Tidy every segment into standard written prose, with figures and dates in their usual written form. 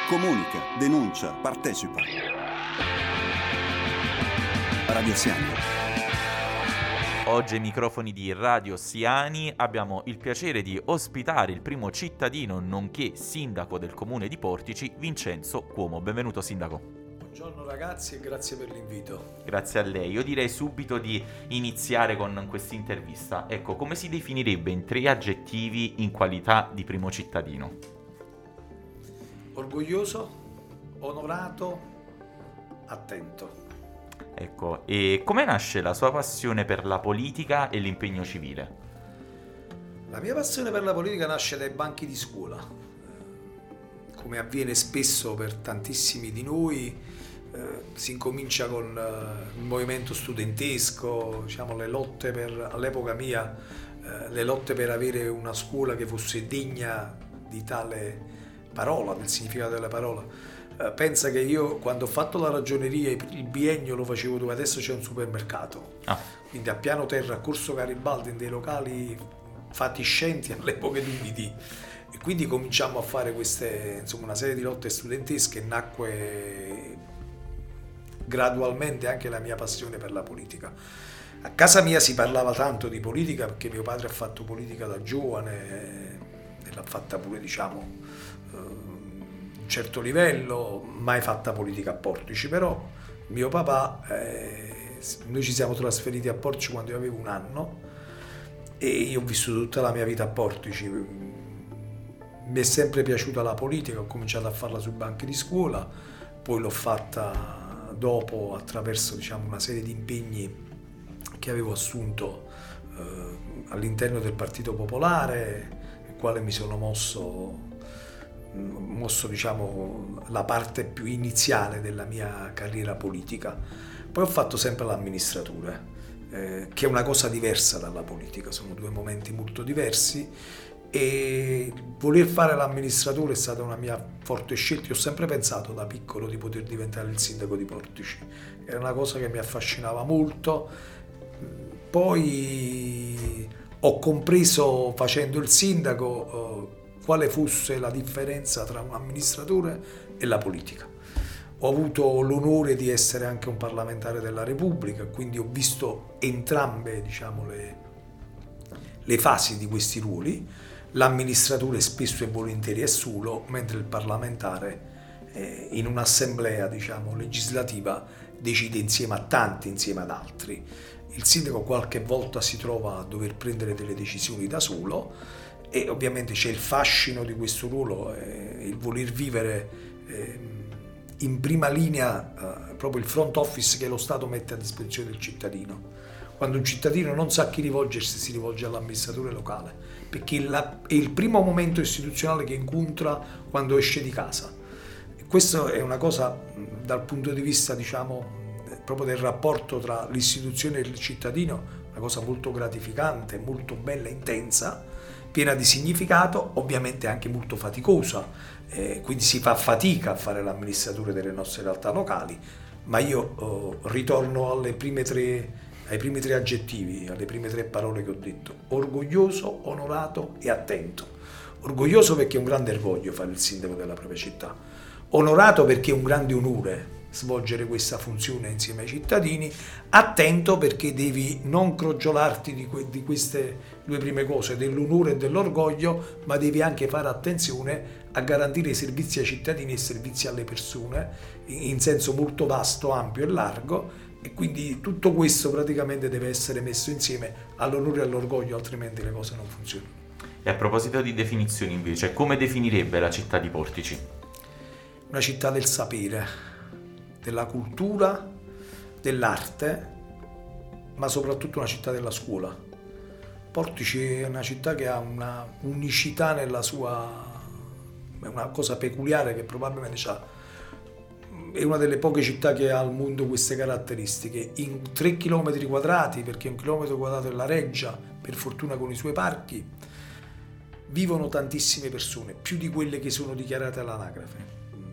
Comunica, denuncia, partecipa. Radio Siani. Oggi ai microfoni di Radio Siani abbiamo il piacere di ospitare il primo cittadino nonché sindaco del comune di Portici, Vincenzo Cuomo. Benvenuto sindaco. Buongiorno ragazzi e grazie per l'invito. Grazie a lei. Io direi subito di iniziare con questa intervista. Ecco, come si definirebbe in 3 aggettivi in qualità di primo cittadino? Orgoglioso, onorato, attento. Ecco, e come nasce la sua passione per la politica e l'impegno civile? La mia passione per la politica nasce dai banchi di scuola. Come avviene spesso per tantissimi di noi, si incomincia con il movimento studentesco, diciamo le lotte per, all'epoca mia, le lotte per avere una scuola che fosse degna di tale parola, del significato della parola. Pensa che io quando ho fatto la ragioneria il biennio lo facevo dove adesso c'è un supermercato, quindi a piano terra a Corso Garibaldi in dei locali fatiscenti all'epoca di Uniti. E quindi cominciamo a fare queste, insomma, una serie di lotte studentesche e nacque gradualmente anche la mia passione per la politica. A casa mia si parlava tanto di politica perché mio padre ha fatto politica da giovane e l'ha fatta pure, diciamo, a un certo livello, mai fatta politica a Portici, però mio papà, noi ci siamo trasferiti a Portici quando io avevo 1 anno e io ho vissuto tutta la mia vita a Portici. Mi è sempre piaciuta la politica, ho cominciato a farla sui banchi di scuola, poi l'ho fatta dopo attraverso, diciamo, una serie di impegni che avevo assunto all'interno del Partito Popolare, nel quale mi sono mosso diciamo, la parte più iniziale della mia carriera politica. Poi ho fatto sempre l'amministratore, che è una cosa diversa dalla politica, sono 2 momenti molto diversi. E voler fare l'amministratore è stata una mia forte scelta. Io ho sempre pensato da piccolo di poter diventare il sindaco di Portici, era una cosa che mi affascinava molto. Poi ho compreso facendo il sindaco quale fosse la differenza tra un amministratore e la politica. Ho avuto l'onore di essere anche un parlamentare della Repubblica, quindi ho visto entrambe, diciamo, le fasi di questi ruoli. L'amministratore spesso e volentieri è solo, mentre il parlamentare in un'assemblea, diciamo, legislativa decide insieme a tanti, insieme ad altri. Il sindaco qualche volta si trova a dover prendere delle decisioni da solo e ovviamente c'è il fascino di questo ruolo, il voler vivere in prima linea proprio il front office che lo Stato mette a disposizione del cittadino. Quando un cittadino non sa a chi rivolgersi, si rivolge all'amministratore locale, perché è il primo momento istituzionale che incontra quando esce di casa. E questo è una cosa, dal punto di vista, diciamo, proprio del rapporto tra l'istituzione e il cittadino, una cosa molto gratificante, molto bella, intensa, piena di significato, ovviamente anche molto faticosa, quindi si fa fatica a fare l'amministratore delle nostre realtà locali, ma io ritorno ai primi 3 aggettivi, alle prime 3 parole che ho detto: orgoglioso, onorato e attento. Orgoglioso perché è un grande orgoglio fare il sindaco della propria città, onorato perché è un grande onore svolgere questa funzione insieme ai cittadini, attento perché devi non crogiolarti di queste 2 prime cose, dell'onore e dell'orgoglio, ma devi anche fare attenzione a garantire i servizi ai cittadini e i servizi alle persone in senso molto vasto, ampio e largo. E quindi tutto questo praticamente deve essere messo insieme all'onore e all'orgoglio, altrimenti le cose non funzionano. E a proposito di definizioni invece, come definirebbe la città di Portici? Una città del sapere, della cultura, dell'arte, ma soprattutto una città della scuola. Portici è una città che ha una unicità nella sua... è una cosa peculiare che probabilmente ha. È una delle poche città che ha al mondo queste caratteristiche. In 3 km quadrati, perché 1 chilometro quadrato è la Reggia, per fortuna con i suoi parchi, vivono tantissime persone, più di quelle che sono dichiarate all'anagrafe.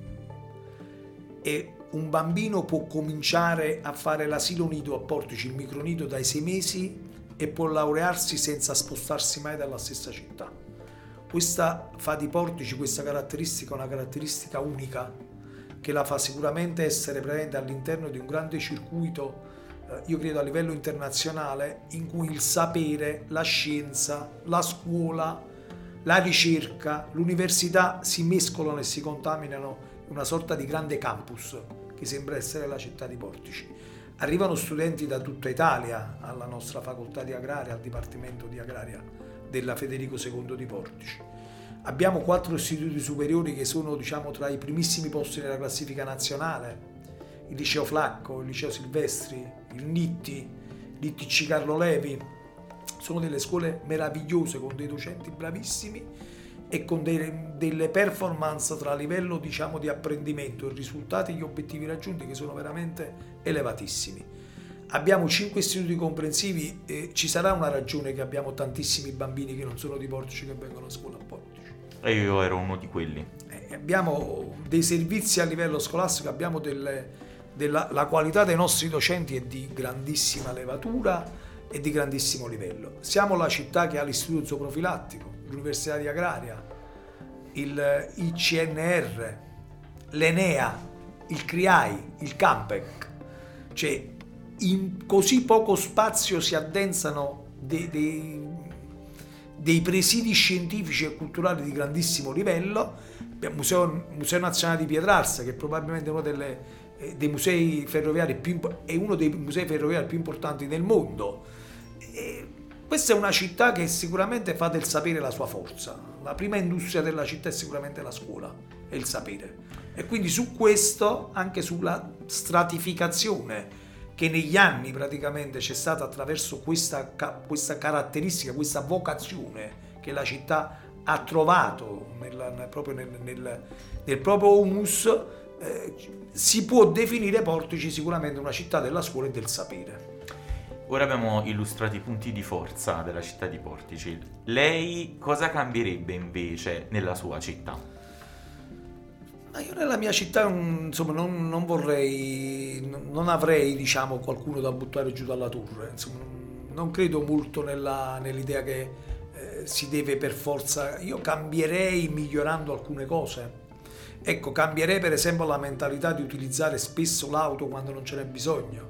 E un bambino può cominciare a fare l'asilo nido a Portici, il micronido, dai 6 mesi e può laurearsi senza spostarsi mai dalla stessa città. Questa fa di Portici questa caratteristica una caratteristica unica, che la fa sicuramente essere presente all'interno di un grande circuito, io credo a livello internazionale, in cui il sapere, la scienza, la scuola, la ricerca, l'università si mescolano e si contaminano in una sorta di grande campus che sembra essere la città di Portici. Arrivano studenti da tutta Italia alla nostra facoltà di agraria, al Dipartimento di Agraria della Federico II di Portici. Abbiamo 4 istituti superiori che sono, diciamo, tra i primissimi posti nella classifica nazionale: il Liceo Flacco, il Liceo Silvestri, il Nitti, l'ITC Carlo Levi. Sono delle scuole meravigliose con dei docenti bravissimi e con delle performance tra livello, diciamo, di apprendimento e risultati e gli obiettivi raggiunti che sono veramente elevatissimi. Abbiamo 5 istituti comprensivi e ci sarà una ragione che abbiamo tantissimi bambini che non sono di Portici che vengono a scuola a Portici. E io ero uno di quelli. Abbiamo dei servizi a livello scolastico, abbiamo la qualità dei nostri docenti è di grandissima levatura e di grandissimo livello. Siamo la città che ha l'istituto zooprofilattico, l'Università di Agraria, il ICNR, l'Enea, il CRIAI, il Campec. Cioè, in così poco spazio si addensano dei presidi scientifici e culturali di grandissimo livello. Il Museo Nazionale di Pietrarsa, che è probabilmente uno dei musei ferroviari è uno dei musei ferroviari più importanti del mondo. E questa è una città che sicuramente fa del sapere la sua forza. La prima industria della città è sicuramente la scuola e il sapere. E quindi su questo, anche sulla stratificazione che negli anni praticamente c'è stata attraverso questa caratteristica, questa vocazione che la città ha trovato proprio nel proprio humus, si può definire Portici sicuramente una città della scuola e del sapere. Ora abbiamo illustrato i punti di forza della città di Portici. Lei cosa cambierebbe invece nella sua città? Ma io nella mia città insomma, non avrei, diciamo, qualcuno da buttare giù dalla torre. Insomma, non credo molto nell'idea che si deve per forza. Io cambierei migliorando alcune cose. Ecco, cambierei per esempio la mentalità di utilizzare spesso l'auto quando non ce n'è bisogno.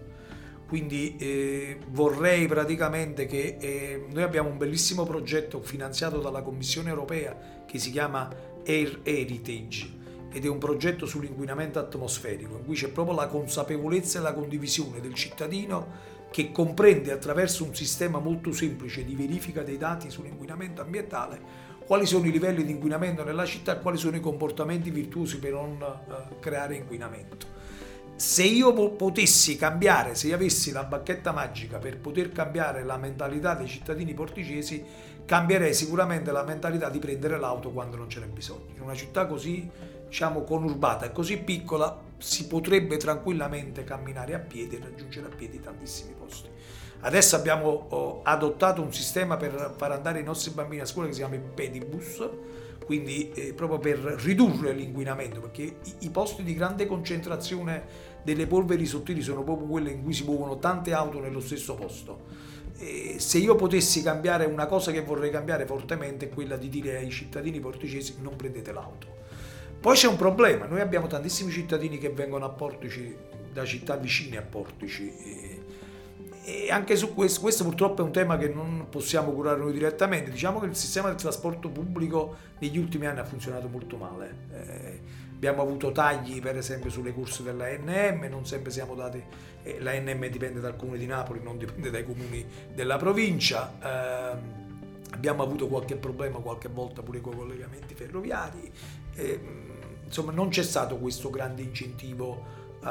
Quindi vorrei praticamente che noi abbiamo un bellissimo progetto finanziato dalla Commissione Europea che si chiama Air Heritage, ed è un progetto sull'inquinamento atmosferico in cui c'è proprio la consapevolezza e la condivisione del cittadino, che comprende attraverso un sistema molto semplice di verifica dei dati sull'inquinamento ambientale quali sono i livelli di inquinamento nella città e quali sono i comportamenti virtuosi per non creare inquinamento. Se io potessi cambiare, se io avessi la bacchetta magica per poter cambiare la mentalità dei cittadini porticesi, cambierei sicuramente la mentalità di prendere l'auto quando non ce n'è bisogno. In una città così, diciamo, conurbata e così piccola si potrebbe tranquillamente camminare a piedi e raggiungere a piedi tantissimi posti. Adesso abbiamo adottato un sistema per far andare i nostri bambini a scuola che si chiama il pedibus, quindi proprio per ridurre l'inquinamento, perché i posti di grande concentrazione delle polveri sottili sono proprio quelle in cui si muovono tante auto nello stesso posto. Se io potessi cambiare una cosa che vorrei cambiare fortemente è quella di dire ai cittadini porticesi: non prendete l'auto. Poi c'è un problema: noi abbiamo tantissimi cittadini che vengono a Portici da città vicine a Portici e anche su questo purtroppo è un tema che non possiamo curare noi direttamente. Diciamo che il sistema del trasporto pubblico negli ultimi anni ha funzionato molto male. Abbiamo avuto tagli per esempio sulle corse della ANM, non sempre siamo dati, la ANM dipende dal comune di Napoli, non dipende dai comuni della provincia. Abbiamo avuto qualche problema qualche volta pure con i collegamenti ferroviari. Insomma, non c'è stato questo grande incentivo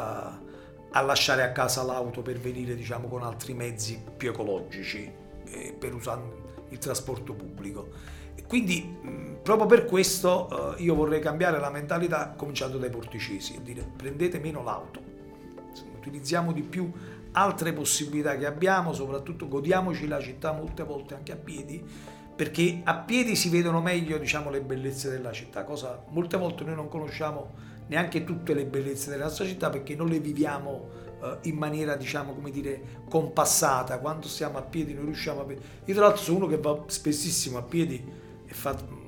a lasciare a casa l'auto per venire, diciamo, con altri mezzi più ecologici, per usare il trasporto pubblico. E quindi proprio per questo io vorrei cambiare la mentalità cominciando dai porticesi e dire: prendete meno l'auto, utilizziamo di più altre possibilità che abbiamo, soprattutto godiamoci la città molte volte anche a piedi, perché a piedi si vedono meglio, diciamo, le bellezze della città, cosa molte volte noi non conosciamo neanche tutte le bellezze della nostra città perché non le viviamo in maniera, diciamo, come dire, compassata. Quando stiamo a piedi noi riusciamo a vedere. Io tra l'altro sono uno che va spessissimo a piedi e fa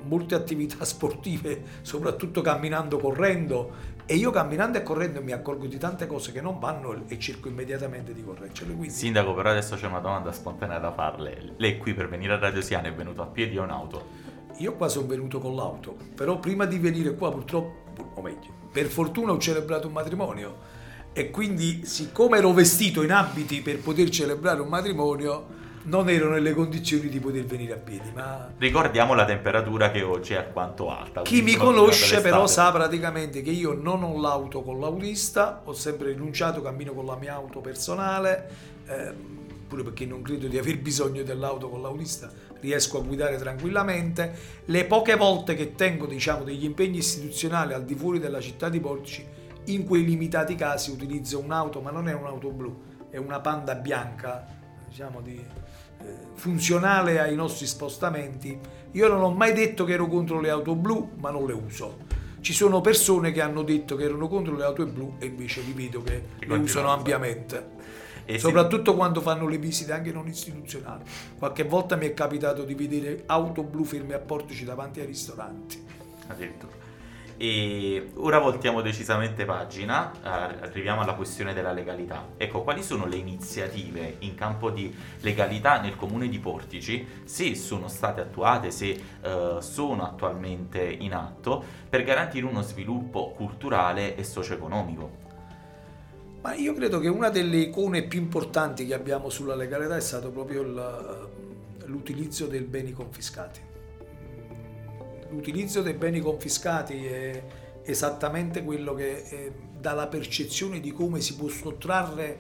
molte attività sportive, soprattutto camminando, correndo, e io camminando e correndo mi accorgo di tante cose che non vanno e cerco immediatamente di correggerle. Quindi... Sindaco, però adesso c'è una domanda spontanea da farle. Lei qui per venire a Radio Siani è venuto a piedi o in auto? Io qua sono venuto con l'auto, però prima di venire qua purtroppo, o meglio, per fortuna ho celebrato un matrimonio, e quindi siccome ero vestito in abiti per poter celebrare un matrimonio, non ero nelle condizioni di poter venire a piedi. Ma ricordiamo la temperatura che oggi è alquanto alta. Chi mi conosce però sa praticamente che io non ho l'auto con l'autista, ho sempre rinunciato, cammino con la mia auto personale, pure perché non credo di aver bisogno dell'auto con l'autista, riesco a guidare tranquillamente. Le poche volte che tengo, diciamo, degli impegni istituzionali al di fuori della città di Portici, in quei limitati casi utilizzo un'auto, ma non è un'auto blu, è una Panda bianca, diciamo funzionale ai nostri spostamenti. Io non ho mai detto che ero contro le auto blu, ma non le uso. Ci sono persone che hanno detto che erano contro le auto blu e invece li vedo che le usano ampiamente, e soprattutto quando fanno le visite anche non istituzionali. Qualche volta mi è capitato di vedere auto blu ferme a Portici davanti ai ristoranti. Addirittura. E ora voltiamo decisamente pagina, arriviamo alla questione della legalità. Ecco, quali sono le iniziative in campo di legalità nel comune di Portici, se sono state attuate, se sono attualmente in atto, per garantire uno sviluppo culturale e socio-economico? Ma io credo che una delle icone più importanti che abbiamo sulla legalità è stato proprio l'utilizzo dei beni confiscati. L'utilizzo dei beni confiscati è esattamente quello che dà la percezione di come si può sottrarre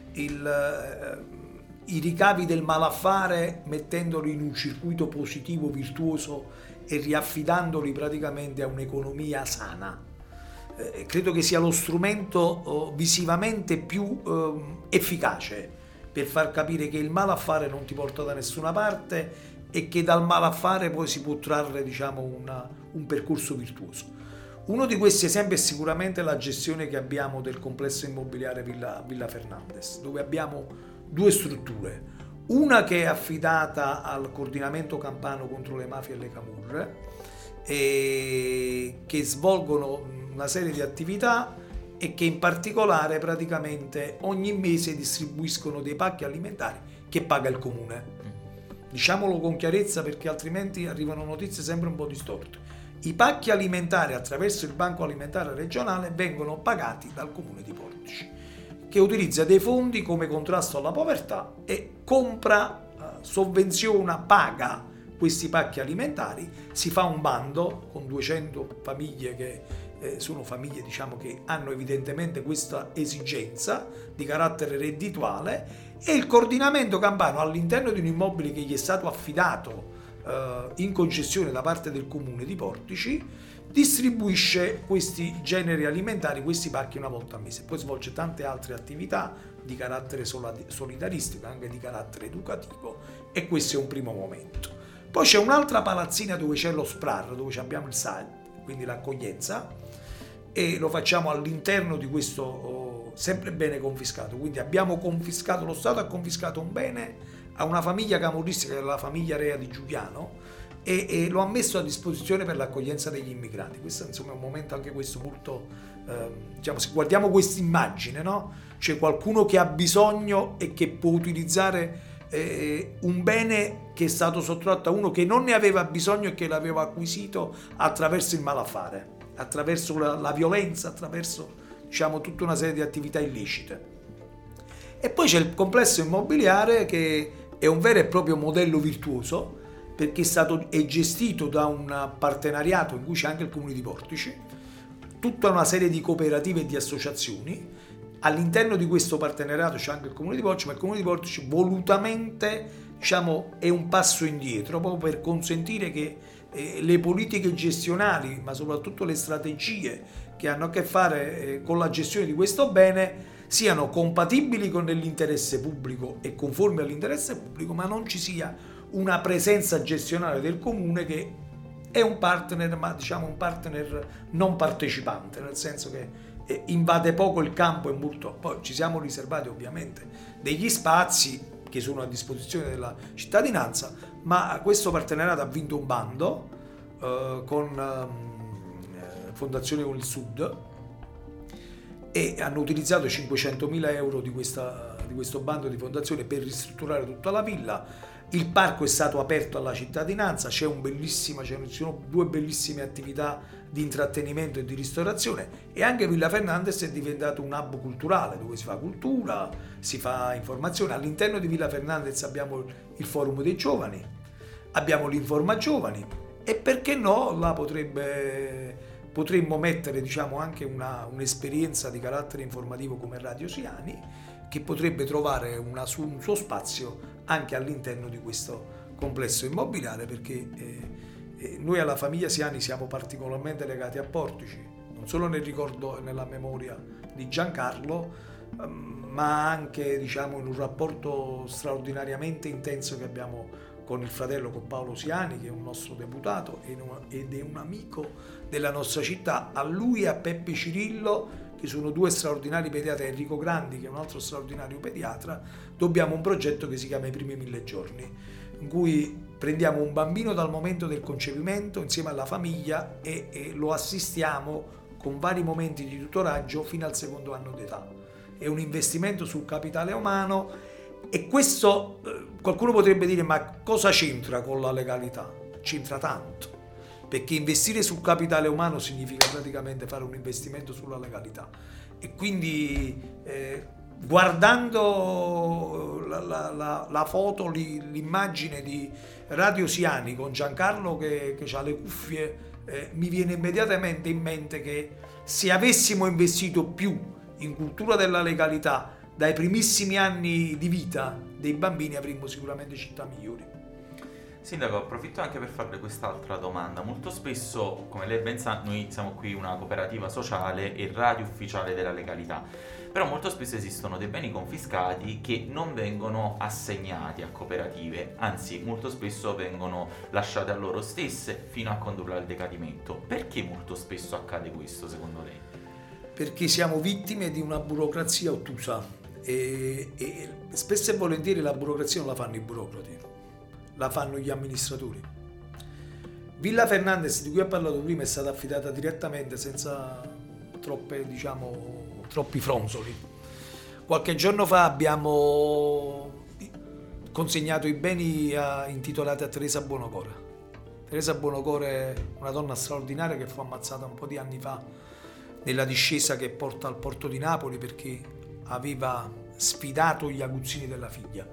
i ricavi del malaffare, mettendoli in un circuito positivo, virtuoso, e riaffidandoli praticamente a un'economia sana. Credo che sia lo strumento visivamente più efficace per far capire che il malaffare non ti porta da nessuna parte e che dal malaffare poi si può trarre, diciamo, un percorso virtuoso. Uno di questi esempi è sicuramente la gestione che abbiamo del complesso immobiliare Villa Fernandez, dove abbiamo due strutture. Una che è affidata al coordinamento campano contro le mafie e le camorre, e che svolgono una serie di attività e che in particolare praticamente ogni mese distribuiscono dei pacchi alimentari che paga il comune. Diciamolo con chiarezza, perché altrimenti arrivano notizie sempre un po' distorte. I pacchi alimentari attraverso il Banco Alimentare Regionale vengono pagati dal Comune di Portici, che utilizza dei fondi come contrasto alla povertà e compra, sovvenziona, paga questi pacchi alimentari. Si fa un bando con 200 famiglie che sono famiglie, diciamo, che hanno evidentemente questa esigenza di carattere reddituale, e il coordinamento campano, all'interno di un immobile che gli è stato affidato in concessione da parte del comune di Portici, distribuisce questi generi alimentari, questi pacchi, una volta al mese. Poi svolge tante altre attività di carattere solidaristico, anche di carattere educativo, e questo è un primo momento. Poi c'è un'altra palazzina dove c'è lo SPRAR, dove abbiamo il SAD, quindi l'accoglienza, e lo facciamo all'interno di questo sempre bene confiscato. Quindi abbiamo confiscato, lo Stato ha confiscato un bene a una famiglia camorristica, che è la famiglia Rea di Giuliano, e lo ha messo a disposizione per l'accoglienza degli immigrati. Questo, insomma, è un momento anche questo molto, diciamo, se guardiamo questa immagine, no? C'è qualcuno che ha bisogno e che può utilizzare un bene che è stato sottratto a uno che non ne aveva bisogno e che l'aveva acquisito attraverso il malaffare, attraverso la violenza, attraverso, diciamo, tutta una serie di attività illecite. E poi c'è il complesso immobiliare, che è un vero e proprio modello virtuoso, perché è gestito da un partenariato in cui c'è anche il Comune di Portici, tutta una serie di cooperative e di associazioni. All'interno di questo partenariato c'è anche il Comune di Portici, ma il Comune di Portici volutamente, diciamo, è un passo indietro, proprio per consentire che le politiche gestionali, ma soprattutto le strategie che hanno a che fare con la gestione di questo bene, siano compatibili con l'interesse pubblico e conformi all'interesse pubblico, ma non ci sia una presenza gestionale del comune che è un partner, ma diciamo un partner non partecipante, nel senso che invade poco il campo e molto. Poi ci siamo riservati ovviamente degli spazi che sono a disposizione della cittadinanza, ma questo partenariato ha vinto un bando con Fondazione con il Sud, e hanno utilizzato 500.000 euro di questo bando di fondazione per ristrutturare tutta la villa. Il parco è stato aperto alla cittadinanza, ci sono 2 bellissime attività di intrattenimento e di ristorazione, e anche Villa Fernandez è diventato un hub culturale dove si fa cultura, si fa informazione. All'interno di Villa Fernandez abbiamo il forum dei giovani, abbiamo l'Informa Giovani, e perché no, là potremmo mettere, diciamo, anche un'esperienza di carattere informativo come Radio Siani, che potrebbe trovare un suo spazio anche all'interno di questo complesso immobiliare, perché noi alla famiglia Siani siamo particolarmente legati a Portici, non solo nel ricordo e nella memoria di Giancarlo, ma anche, diciamo, in un rapporto straordinariamente intenso che abbiamo con il fratello, con Paolo Siani, che è un nostro deputato ed è un amico della nostra città. A lui e a Peppe Cirillo, che sono 2 straordinari pediatri, Enrico Grandi, che è un altro straordinario pediatra, dobbiamo un progetto che si chiama I primi 1000 giorni, in cui prendiamo un bambino dal momento del concepimento insieme alla famiglia e lo assistiamo con vari momenti di tutoraggio fino al 2° anno d'età. È un investimento sul capitale umano, e questo qualcuno potrebbe dire: ma cosa c'entra con la legalità? C'entra tanto, perché investire sul capitale umano significa praticamente fare un investimento sulla legalità. E quindi guardando la foto, l'immagine di Radio Siani con Giancarlo che ha le cuffie, mi viene immediatamente in mente che se avessimo investito più in cultura della legalità dai primissimi anni di vita dei bambini, avremmo sicuramente città migliori. Sindaco, approfitto anche per farle quest'altra domanda. Molto spesso, come lei ben sa, noi siamo qui una cooperativa sociale e radio ufficiale della legalità, però molto spesso esistono dei beni confiscati che non vengono assegnati a cooperative, anzi molto spesso vengono lasciate a loro stesse fino a condurle al decadimento. Perché molto spesso accade questo, secondo lei? Perché siamo vittime di una burocrazia ottusa, e spesso e volentieri la burocrazia non la fanno i burocrati, la fanno gli amministratori. Villa Fernandez, di cui ho parlato prima, è stata affidata direttamente, senza troppi fronzoli. Qualche giorno fa abbiamo consegnato i beni intitolati a Teresa Buonocore. Teresa Buonocore è una donna straordinaria che fu ammazzata un po' di anni fa nella discesa che porta al porto di Napoli perché aveva sfidato gli aguzzini della figlia.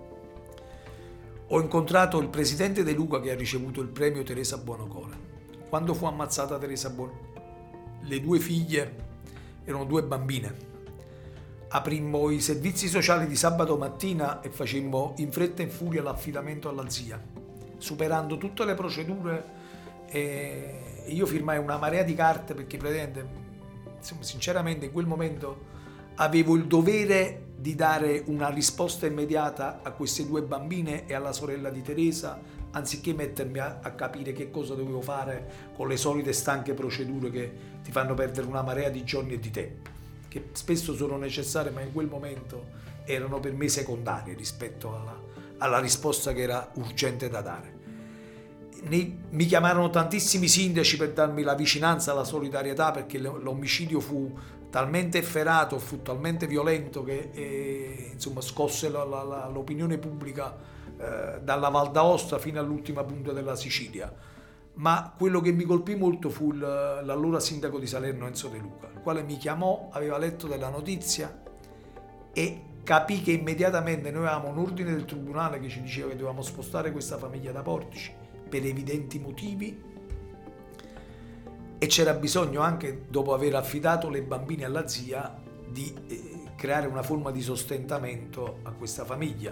Ho incontrato il presidente De Luca, che ha ricevuto il premio Teresa Buonocore. Quando fu ammazzata Teresa Buonocore, le 2 figlie erano 2 bambine. Aprimmo i servizi sociali di sabato mattina e facemmo in fretta e in furia l'affidamento alla zia, superando tutte le procedure, e io firmai una marea di carte perché praticamente, sinceramente, in quel momento avevo il dovere di dare una risposta immediata a queste 2 bambine e alla sorella di Teresa, anziché mettermi a capire che cosa dovevo fare con le solite stanche procedure che ti fanno perdere una marea di giorni e di tempo, che spesso sono necessarie, ma in quel momento erano per me secondarie rispetto alla risposta che era urgente da dare. Mi chiamarono tantissimi sindaci per darmi la vicinanza, la solidarietà, perché l'omicidio fu talmente efferato, fu talmente violento che scosse l'opinione pubblica dalla Val d'Aosta fino all'ultima punta della Sicilia. Ma quello che mi colpì molto fu l'allora sindaco di Salerno, Enzo De Luca, il quale mi chiamò, aveva letto della notizia e capì che immediatamente noi avevamo un ordine del tribunale che ci diceva che dovevamo spostare questa famiglia da Portici per evidenti motivi, e c'era bisogno anche, dopo aver affidato le bambine alla zia, di creare una forma di sostentamento a questa famiglia.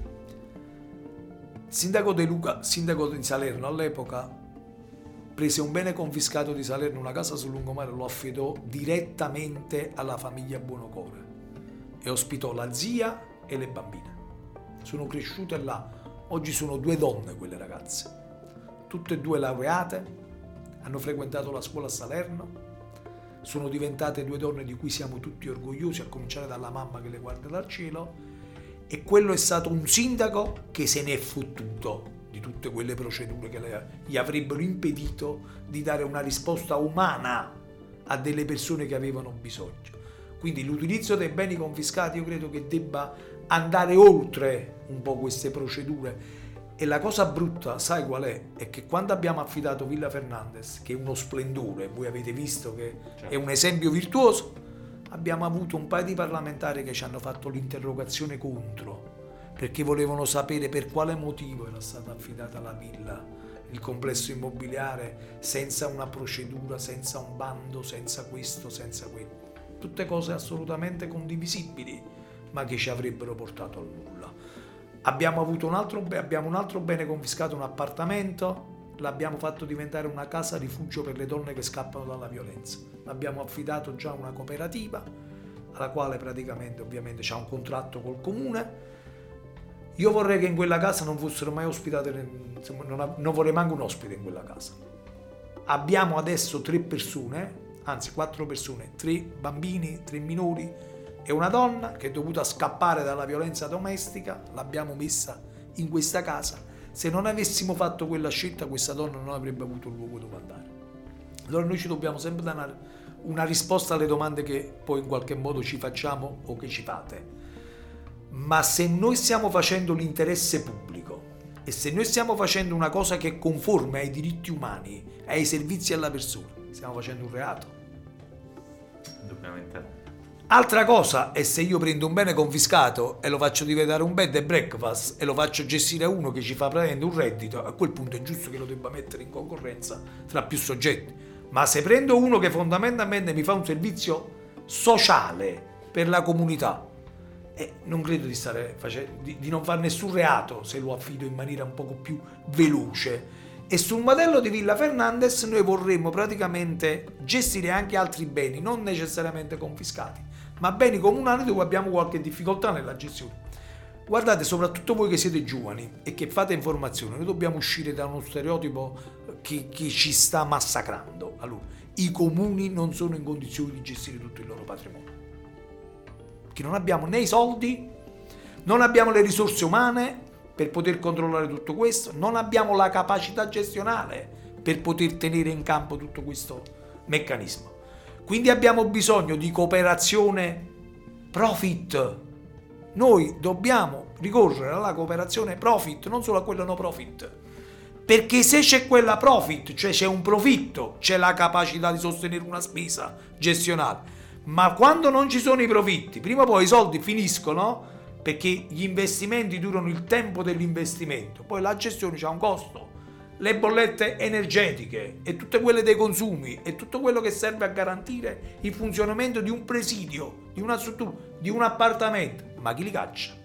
Sindaco De Luca, sindaco di Salerno all'epoca, prese un bene confiscato di Salerno, una casa sul lungomare, lo affidò direttamente alla famiglia Buonocore e ospitò la zia e le bambine. Sono cresciute là, oggi sono 2 donne quelle ragazze, tutte e 2 laureate, hanno frequentato la scuola a Salerno, sono diventate 2 donne di cui siamo tutti orgogliosi, a cominciare dalla mamma che le guarda dal cielo, e quello è stato un sindaco che se ne è fottuto di tutte quelle procedure che gli avrebbero impedito di dare una risposta umana a delle persone che avevano bisogno. Quindi l'utilizzo dei beni confiscati io credo che debba andare oltre un po' queste procedure. E la cosa brutta, sai qual è? È che quando abbiamo affidato Villa Fernandez, che è uno splendore, voi avete visto che è un esempio virtuoso, abbiamo avuto un paio di parlamentari che ci hanno fatto l'interrogazione contro, perché volevano sapere per quale motivo era stata affidata la villa, il complesso immobiliare, senza una procedura, senza un bando, senza questo, senza quello. Tutte cose assolutamente condivisibili, ma che ci avrebbero portato al nulla. Abbiamo avuto un altro bene confiscato, un appartamento, l'abbiamo fatto diventare una casa rifugio per le donne che scappano dalla violenza. L'abbiamo affidato già a una cooperativa, alla quale praticamente ovviamente c'è un contratto col comune. Io vorrei che in quella casa non fossero mai ospitate, non vorrei manco un ospite in quella casa. Abbiamo adesso 4 persone, 3 bambini, 3 minori e una donna che è dovuta scappare dalla violenza domestica, l'abbiamo messa in questa casa. Se non avessimo fatto quella scelta, questa donna non avrebbe avuto un luogo dove andare. Allora noi ci dobbiamo sempre dare una risposta alle domande che poi in qualche modo ci facciamo o che ci fate. Ma se noi stiamo facendo l'interesse pubblico e se noi stiamo facendo una cosa che è conforme ai diritti umani, ai servizi alla persona, stiamo facendo un reato. Indubbiamente. Altra cosa è se io prendo un bene confiscato e lo faccio diventare un bed and breakfast e lo faccio gestire a uno che ci fa praticamente un reddito, a quel punto è giusto che lo debba mettere in concorrenza tra più soggetti. Ma se prendo uno che fondamentalmente mi fa un servizio sociale per la comunità, non credo di non fare nessun reato se lo affido in maniera un poco più veloce. E sul modello di Villa Fernandez noi vorremmo praticamente gestire anche altri beni, non necessariamente confiscati, ma beni comunali dove abbiamo qualche difficoltà nella gestione. Guardate, soprattutto voi che siete giovani e che fate informazione, noi dobbiamo uscire da uno stereotipo che ci sta massacrando. Allora, i comuni non sono in condizioni di gestire tutto il loro patrimonio, perché non abbiamo né i soldi, non abbiamo le risorse umane per poter controllare tutto questo, non abbiamo la capacità gestionale per poter tenere in campo tutto questo meccanismo. Quindi abbiamo bisogno di cooperazione profit. Noi dobbiamo ricorrere alla cooperazione profit, non solo a quella no profit. Perché se c'è quella profit, cioè c'è un profitto, c'è la capacità di sostenere una spesa gestionale. Ma quando non ci sono i profitti, prima o poi i soldi finiscono, perché gli investimenti durano il tempo dell'investimento, poi la gestione c'ha un costo, le bollette energetiche e tutte quelle dei consumi e tutto quello che serve a garantire il funzionamento di un presidio, di una struttura, di un appartamento. Ma chi li caccia?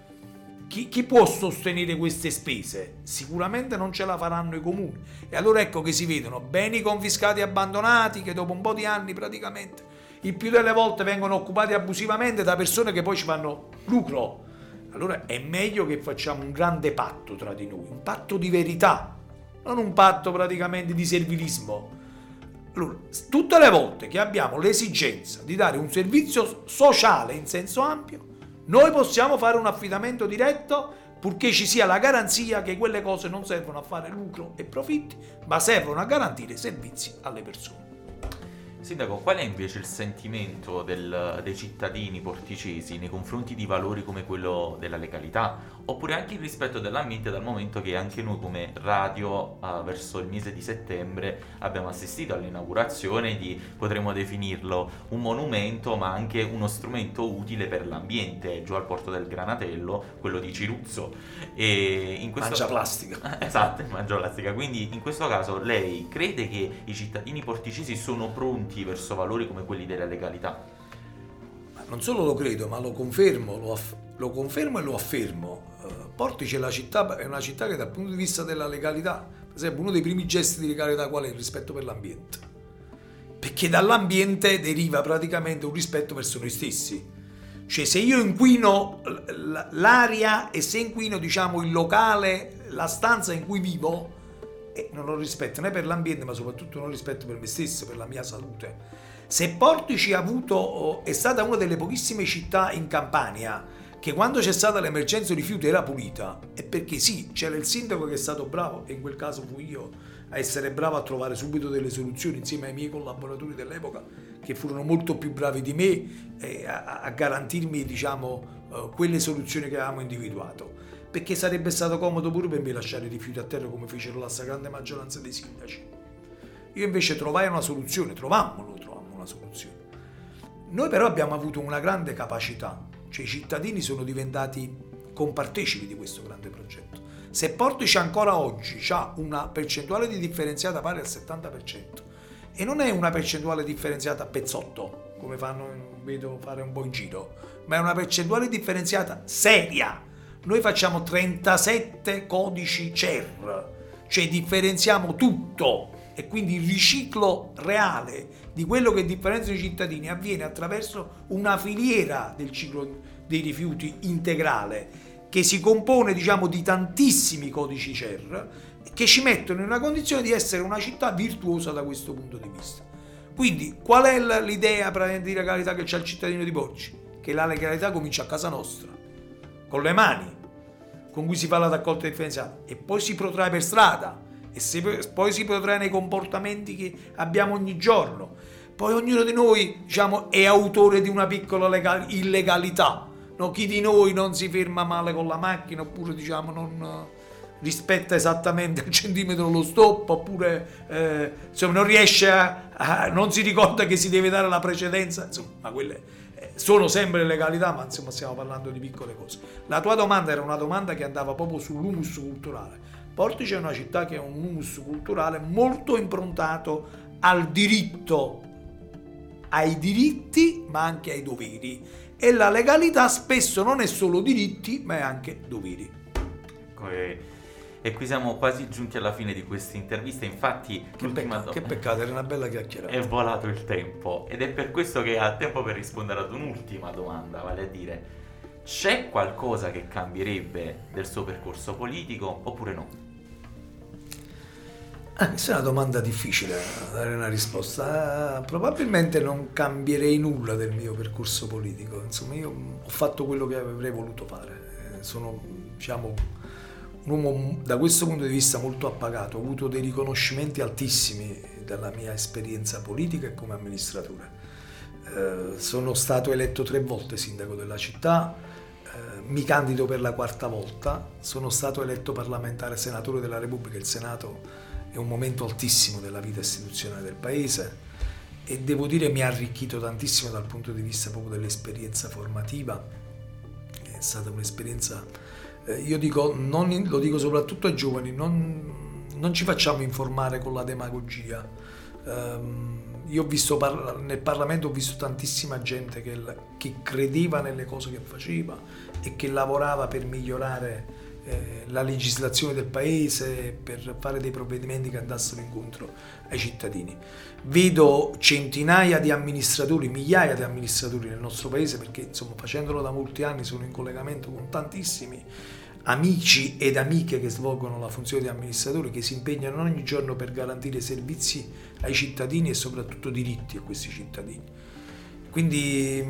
Chi può sostenere queste spese? Sicuramente non ce la faranno i comuni. E allora ecco che si vedono beni confiscati e abbandonati che dopo un po' di anni praticamente il più delle volte vengono occupati abusivamente da persone che poi ci fanno lucro. Allora è meglio che facciamo un grande patto tra di noi, un patto di verità, non un patto praticamente di servilismo. Allora, tutte le volte che abbiamo l'esigenza di dare un servizio sociale in senso ampio, noi possiamo fare un affidamento diretto, purché ci sia la garanzia che quelle cose non servono a fare lucro e profitti, ma servono a garantire servizi alle persone. Sindaco, qual è invece il sentimento dei cittadini porticesi nei confronti di valori come quello della legalità, oppure anche il rispetto dell'ambiente, dal momento che anche noi come radio verso il mese di settembre abbiamo assistito all'inaugurazione di, potremmo definirlo, un monumento ma anche uno strumento utile per l'ambiente giù al porto del Granatello, quello di Ciruzzo. E in questo... Mangia plastica. Esatto, mangia plastica. Quindi in questo caso lei crede che i cittadini porticesi sono pronti verso valori come quelli della legalità? Non solo lo credo, ma lo confermo e lo affermo. Portici è una città che dal punto di vista della legalità, per esempio, uno dei primi gesti di legalità qual è? Il rispetto per l'ambiente. Perché dall'ambiente deriva praticamente un rispetto verso noi stessi. Cioè se io inquino l'aria e se inquino, diciamo, il locale, la stanza in cui vivo, non ho rispetto né per l'ambiente, ma soprattutto non ho rispetto per me stesso, per la mia salute. Se Portici è stata una delle pochissime città in Campania che quando c'è stata l'emergenza rifiuti era pulita è perché sì, c'era il sindaco che è stato bravo, e in quel caso fu io a essere bravo a trovare subito delle soluzioni insieme ai miei collaboratori dell'epoca, che furono molto più bravi di me a garantirmi, diciamo, quelle soluzioni che avevamo individuato, perché sarebbe stato comodo pure per me lasciare i rifiuti a terra come fecero la stragrande maggioranza dei sindaci. Io invece trovammo una soluzione. Noi però abbiamo avuto una grande capacità, cioè i cittadini sono diventati compartecipi di questo grande progetto. Se Portici ancora oggi ha una percentuale di differenziata pari al 70%, e non è una percentuale differenziata a pezzotto, come vedo fare un po' in giro, ma è una percentuale differenziata seria. Noi facciamo 37 codici CER, cioè differenziamo tutto, e quindi il riciclo reale di quello che differenziano i cittadini avviene attraverso una filiera del ciclo dei rifiuti integrale, che si compone, diciamo, di tantissimi codici CER che ci mettono in una condizione di essere una città virtuosa da questo punto di vista. Quindi qual è l'idea di legalità che c'ha il cittadino di Portici? Che la legalità comincia a casa nostra, con le mani, con cui si fa la raccolta differenziata, e poi si protrae per strada, e poi si protrae nei comportamenti che abbiamo ogni giorno. Poi ognuno di noi, diciamo, è autore di una piccola illegalità. No, chi di noi non si ferma male con la macchina, oppure, diciamo, non rispetta esattamente al centimetro lo stop, oppure insomma, non riesce non si ricorda che si deve dare la precedenza, insomma, ma quelle sono sempre legalità, ma insomma stiamo parlando di piccole cose. La tua domanda era una domanda che andava proprio sull'humus culturale. Portici è una città che ha un humus culturale molto improntato al diritto, ai diritti ma anche ai doveri, e la legalità spesso non è solo diritti ma è anche doveri. E qui siamo quasi giunti alla fine di questa intervista, infatti che peccato, era una bella chiacchierata. È volato il tempo, ed è per questo che ha tempo per rispondere ad un'ultima domanda, vale a dire: c'è qualcosa che cambierebbe del suo percorso politico oppure no? Questa è una domanda difficile a dare una risposta. Probabilmente non cambierei nulla del mio percorso politico. Insomma, io ho fatto quello che avrei voluto fare. Sono, diciamo, un uomo da questo punto di vista molto appagato. Ho avuto dei riconoscimenti altissimi dalla mia esperienza politica e come amministratore. Sono stato eletto 3 volte sindaco della città, mi candido per la 4ª volta, sono stato eletto parlamentare senatore della Repubblica. Il Senato è un momento altissimo della vita istituzionale del paese, e devo dire mi ha arricchito tantissimo dal punto di vista proprio dell'esperienza formativa. È stata un'esperienza, io dico, lo dico soprattutto ai giovani, non ci facciamo informare con la demagogia. Io ho visto nel Parlamento, ho visto tantissima gente che credeva nelle cose che faceva e che lavorava per migliorare la legislazione del paese, per fare dei provvedimenti che andassero incontro ai cittadini. Vedo centinaia di amministratori, migliaia di amministratori nel nostro paese, perché insomma, facendolo da molti anni sono in collegamento con tantissimi amici ed amiche che svolgono la funzione di amministratori, che si impegnano ogni giorno per garantire servizi ai cittadini e soprattutto diritti a questi cittadini. Quindi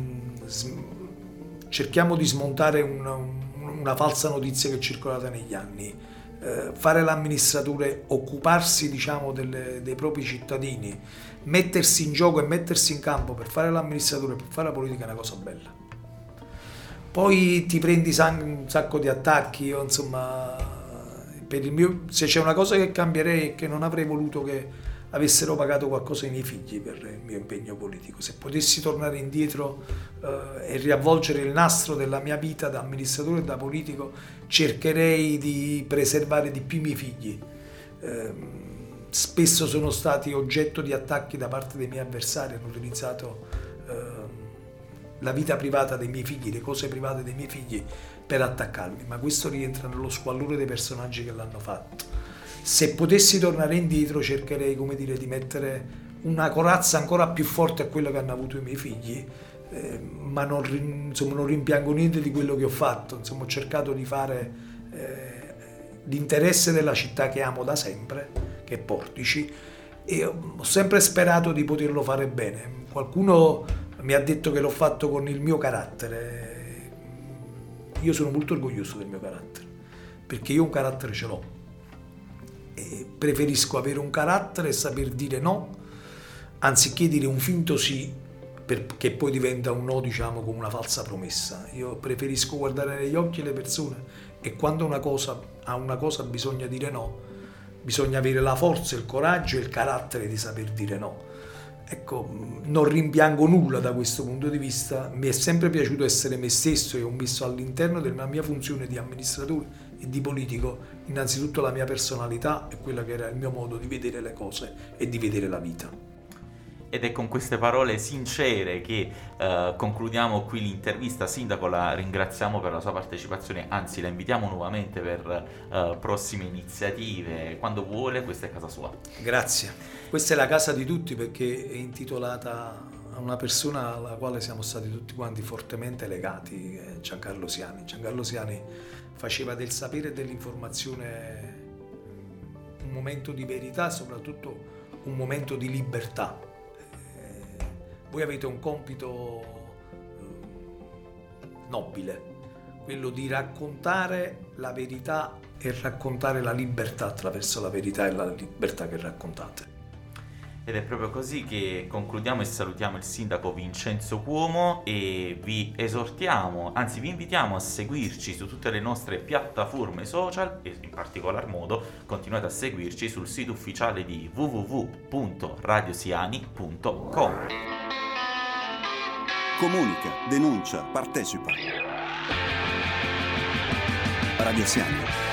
cerchiamo di smontare una falsa notizia che è circolata negli anni. Fare l'amministratore, occuparsi, diciamo, dei propri cittadini, mettersi in gioco e mettersi in campo per fare l'amministratore, per fare la politica, è una cosa bella. Poi ti prendi un sacco di attacchi. Io, insomma, se c'è una cosa che cambierei è che non avrei voluto che avessero pagato qualcosa i miei figli per il mio impegno politico. Se potessi tornare indietro e riavvolgere il nastro della mia vita da amministratore e da politico, cercherei di preservare di più i miei figli. Spesso sono stati oggetto di attacchi da parte dei miei avversari, hanno utilizzato la vita privata dei miei figli, le cose private dei miei figli per attaccarmi, ma questo rientra nello squallore dei personaggi che l'hanno fatto. Se potessi tornare indietro cercherei, come dire, di mettere una corazza ancora più forte a quello che hanno avuto i miei figli, ma non rimpiango niente di quello che ho fatto. Insomma, ho cercato di fare l'interesse della città che amo da sempre, che è Portici, e ho sempre sperato di poterlo fare bene. Qualcuno mi ha detto che l'ho fatto con il mio carattere. io sono molto orgoglioso del mio carattere, perché io un carattere ce l'ho. E preferisco avere un carattere e saper dire no, anziché dire un finto sì, che poi diventa un no, diciamo, come una falsa promessa. Io preferisco guardare negli occhi le persone, e quando a una cosa bisogna dire no, bisogna avere la forza, il coraggio e il carattere di saper dire no. Ecco, non rimpiango nulla da questo punto di vista, mi è sempre piaciuto essere me stesso, e ho messo all'interno della mia funzione di amministratore e di politico innanzitutto la mia personalità e quella che era il mio modo di vedere le cose e di vedere la vita. Ed è con queste parole sincere che concludiamo qui l'intervista. Sindaco, la ringraziamo per la sua partecipazione, anzi la invitiamo nuovamente per prossime iniziative. Quando vuole, questa è casa sua. Grazie. Questa è la casa di tutti, perché è intitolata a una persona alla quale siamo stati tutti quanti fortemente legati, Giancarlo Siani. Giancarlo Siani faceva del sapere e dell'informazione un momento di verità, soprattutto un momento di libertà. Voi avete un compito nobile, quello di raccontare la verità e raccontare la libertà attraverso la verità e la libertà che raccontate. Ed è proprio così che concludiamo e salutiamo il sindaco Vincenzo Cuomo, e vi esortiamo, anzi vi invitiamo a seguirci su tutte le nostre piattaforme social, e in particolar modo continuate a seguirci sul sito ufficiale di www.radiosiani.com. Comunica, denuncia, partecipa. Radio Siani.